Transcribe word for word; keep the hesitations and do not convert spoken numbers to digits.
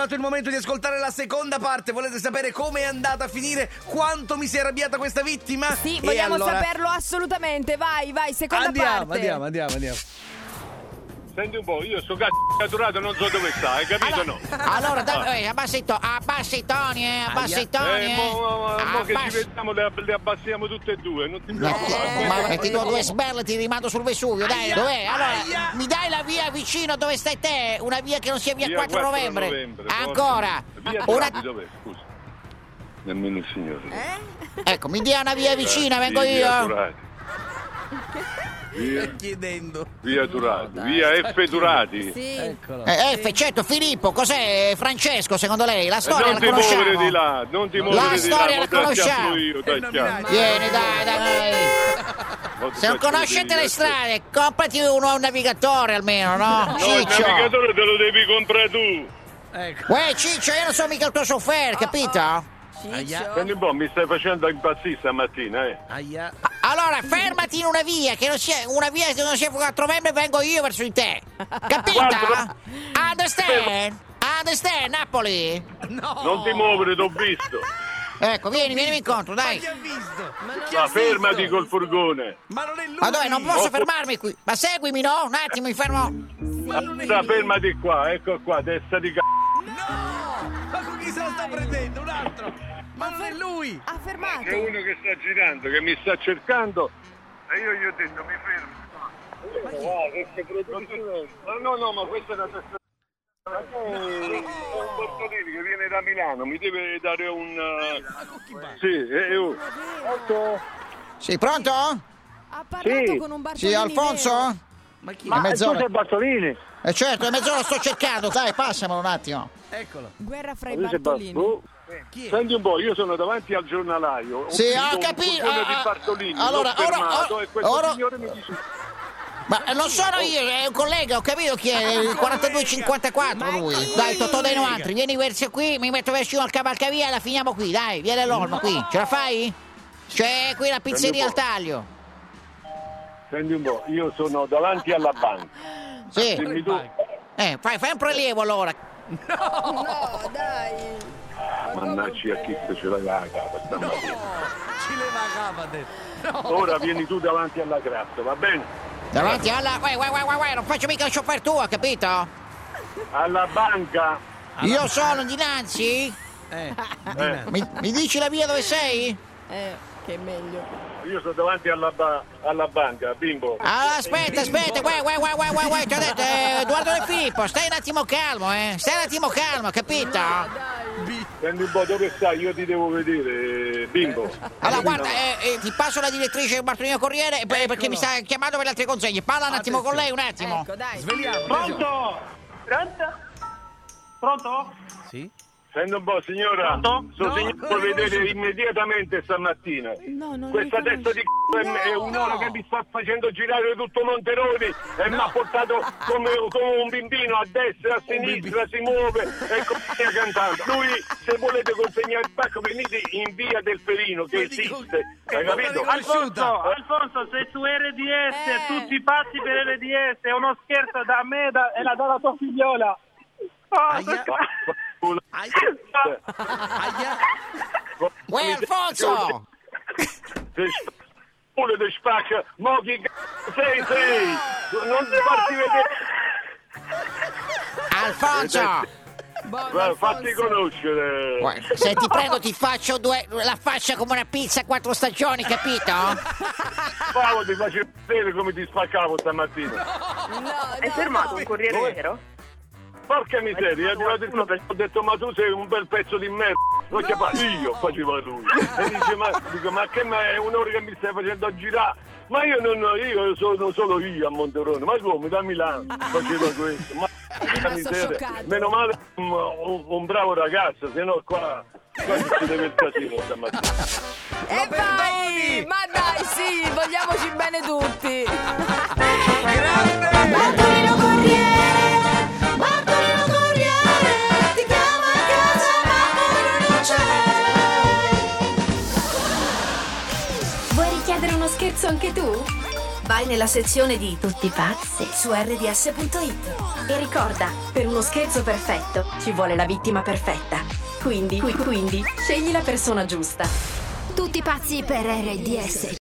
arrivato il momento di ascoltare la seconda parte. Volete sapere come è andata a finire? Quanto mi si è arrabbiata questa vittima? Sì, E vogliamo allora... saperlo assolutamente. Vai, vai, seconda andiamo, parte. Andiamo, andiamo, andiamo. Senti un po', io sto cazzo catturato, non so dove sta, hai capito o no? Allora, dai, eh, abbassi, to- abbassi i toni, eh, abbassi i toni, Eh, eh. mo, mo, mo che ci Abbassi- vediamo le, le abbassiamo tutte e due, non ti Eh, preoccupare. ma metti tu due sberle, ti rimando sul Vesuvio, dai, Aia, dov'è? Allora, aia. mi dai la via vicino dove stai te? Una via che non sia via, Via quattro novembre. novembre, Ancora. Via Una... Durati dov'è, scusa? Nemmeno il signore. Ecco, mi dia una via vicina, vengo Sì, Via io. Durati. Via, Chiedendo. via Durati, via F Durati. Sì. Eccolo. Eh, F, certo, Filippo, cos'è Francesco secondo lei? La E storia non la ti muovere conosciamo? di là, non ti muovere di storia là, la mo te conosciamo. chiamo io, dai, non chiamo. mi dai. Vieni, dai, dai. Mo ti Se non faccio conoscete vedere. le strade, comprati uno, un navigatore almeno, no? No, il Ciccio. navigatore te lo devi comprare tu. Ecco. Uè, Ciccio, io non sono mica il tuo chauffeur, capito? Aia. Senti un po', mi stai facendo impazzire stamattina, eh? Aia. Allora, fermati in una via, che non sia una via che non sia quattro novembre, vengo io verso di te. Capita? Guarda. Understand? Understand, Napoli? No. Non ti muovere, t'ho visto. Ecco, vieni, vieni incontro, Ma dai. chi ha visto? Ma fermati col furgone. Ma non è lui. Ma dove? Non posso Oh, fermarmi qui. Ma seguimi, no? Un attimo, mi fermo. Sta, fermati qua, ecco qua, testa di c***o. No! Ma con chi se la sta prendendo? Un altro! Ma non è lui! Ha fermato. C'è uno che sta girando, che mi sta cercando e io gli ho detto mi fermo. Ma che produzione? Ma no, no, ma questa è una testa. Ma che è un Bortolini che viene da Milano, mi deve dare un. Ma con chi va? Sì, e eh, oh. Ecco. Sì, pronto? Ha parlato Sì. con un Bartolini Sì, Alfonso? vero. Ma chi Ma è? mezz'ora. sei Bartolini? Eh certo, è mezz'ora sto cercando, dai, passamelo un attimo. Eccolo. Guerra fra i Ma tu sei Bartolini. Bar- oh. Chi è? Senti un po', io sono davanti al giornalaio. Ho Sì, visto ho un capito, furgone ah, di ah, Bartolini, allora, l'ho ora- fermato ora- e questo ora- signore mi dice. Ma non sono io, è un collega, ho capito chi è, il quarantadue cinquantaquattro lui. Dai, Totò dei novanta, vieni verso qui, mi metto verso al cavalcavia e la finiamo qui, dai, vieni all'Olmo qui, ce la fai? C'è qui la pizzeria al taglio. Senti un po', io sono davanti alla banca. Sì, Dimmi tu. eh, fai, fai un prelievo allora. No, dai. Mannaggia a chi ce l'ha la capa stamattina. Ci leva la capa, ha detto. No. Ora vieni tu davanti alla grazia, va bene? Davanti alla... Uè, uè, uè, uè, uè, non faccio mica il chauffeur tuo, capito? Alla banca. Io sono dinanzi? Eh, Eh, Mi, mi dici la via dove sei? Eh, che è meglio. io sono davanti alla, ba- alla banca, bimbo. Ah, aspetta, aspetta, uè, uè, uè, uè, uè, uè, ti ho detto, eh, Edoardo De Filippo, stai un attimo calmo, eh, stai un attimo calmo, capito? Senti un po' dove stai, io ti devo vedere, bimbo. Allora, guarda, eh, eh, ti passo la direttrice Bartolino Corriere eh, perché mi sta chiamando per le altre consegne, parla un attimo con lei, un attimo. Ecco, dai. Svegliamo. Pronto? Pronto? Pronto? Sì? Senti un po', signora. Pronto? Sto No, signore non vedere riconosciuto. immediatamente stamattina. No, non Questa riconosco. testa di c***o è, è un'ora no. che mi sta facendo girare tutto Monteroni e mi ha portato come, come un bambino a destra, a sinistra, si muove e continua cantando. Lui, se volete consegnare il pacco, venite in via del Perino che Ma dico- esiste, che hai non capito? l'ha riconosciuta. Alfonso, Alfonso, sei su R D S, Eh. tutti pazzi per R D S, è uno scherzo da me da- e la dalla tua figliola. Oh, Aia. Culo. Aia. Aia. Uè, Alfonso! Culo di spacca, mo chi c***o sei sei? Non ti farti vedere. Alfonso! Buono, Guarda, fatti Alfonso. conoscere. Uè, se ti prendo ti faccio due, la faccia come una pizza a quattro stagioni, capito? Bravo, ti facevo vedere come ti spaccavo stamattina. No, Hai no, fermato no. un corriere vero? Porca miseria, è arrivato il tipo, ho detto ma tu sei un bel pezzo di merda. Lo chiama io, faceva lui. E dice ma, dico, ma che ma è un'ora che mi stai facendo girare? Ma io non io sono solo io a Monterone, ma come da Milano faceva questo? Ma porca miseria, scioccato. meno male un, un, un bravo ragazzo, se no qua, qua si deve il casino stamattina. E vai! Ma dai, sì, vogliamoci bene tutti. Grande! Bartolino Corriere! Bartolino Corriere! Ti chiama a casa ma lui non c'è! Vuoi richiedere uno scherzo anche tu? Vai nella sezione di Tutti pazzi su erre di esse punto it. E ricorda, per uno scherzo perfetto ci vuole la vittima perfetta. Quindi, qui- quindi, scegli la persona giusta. Tutti pazzi per erre di esse.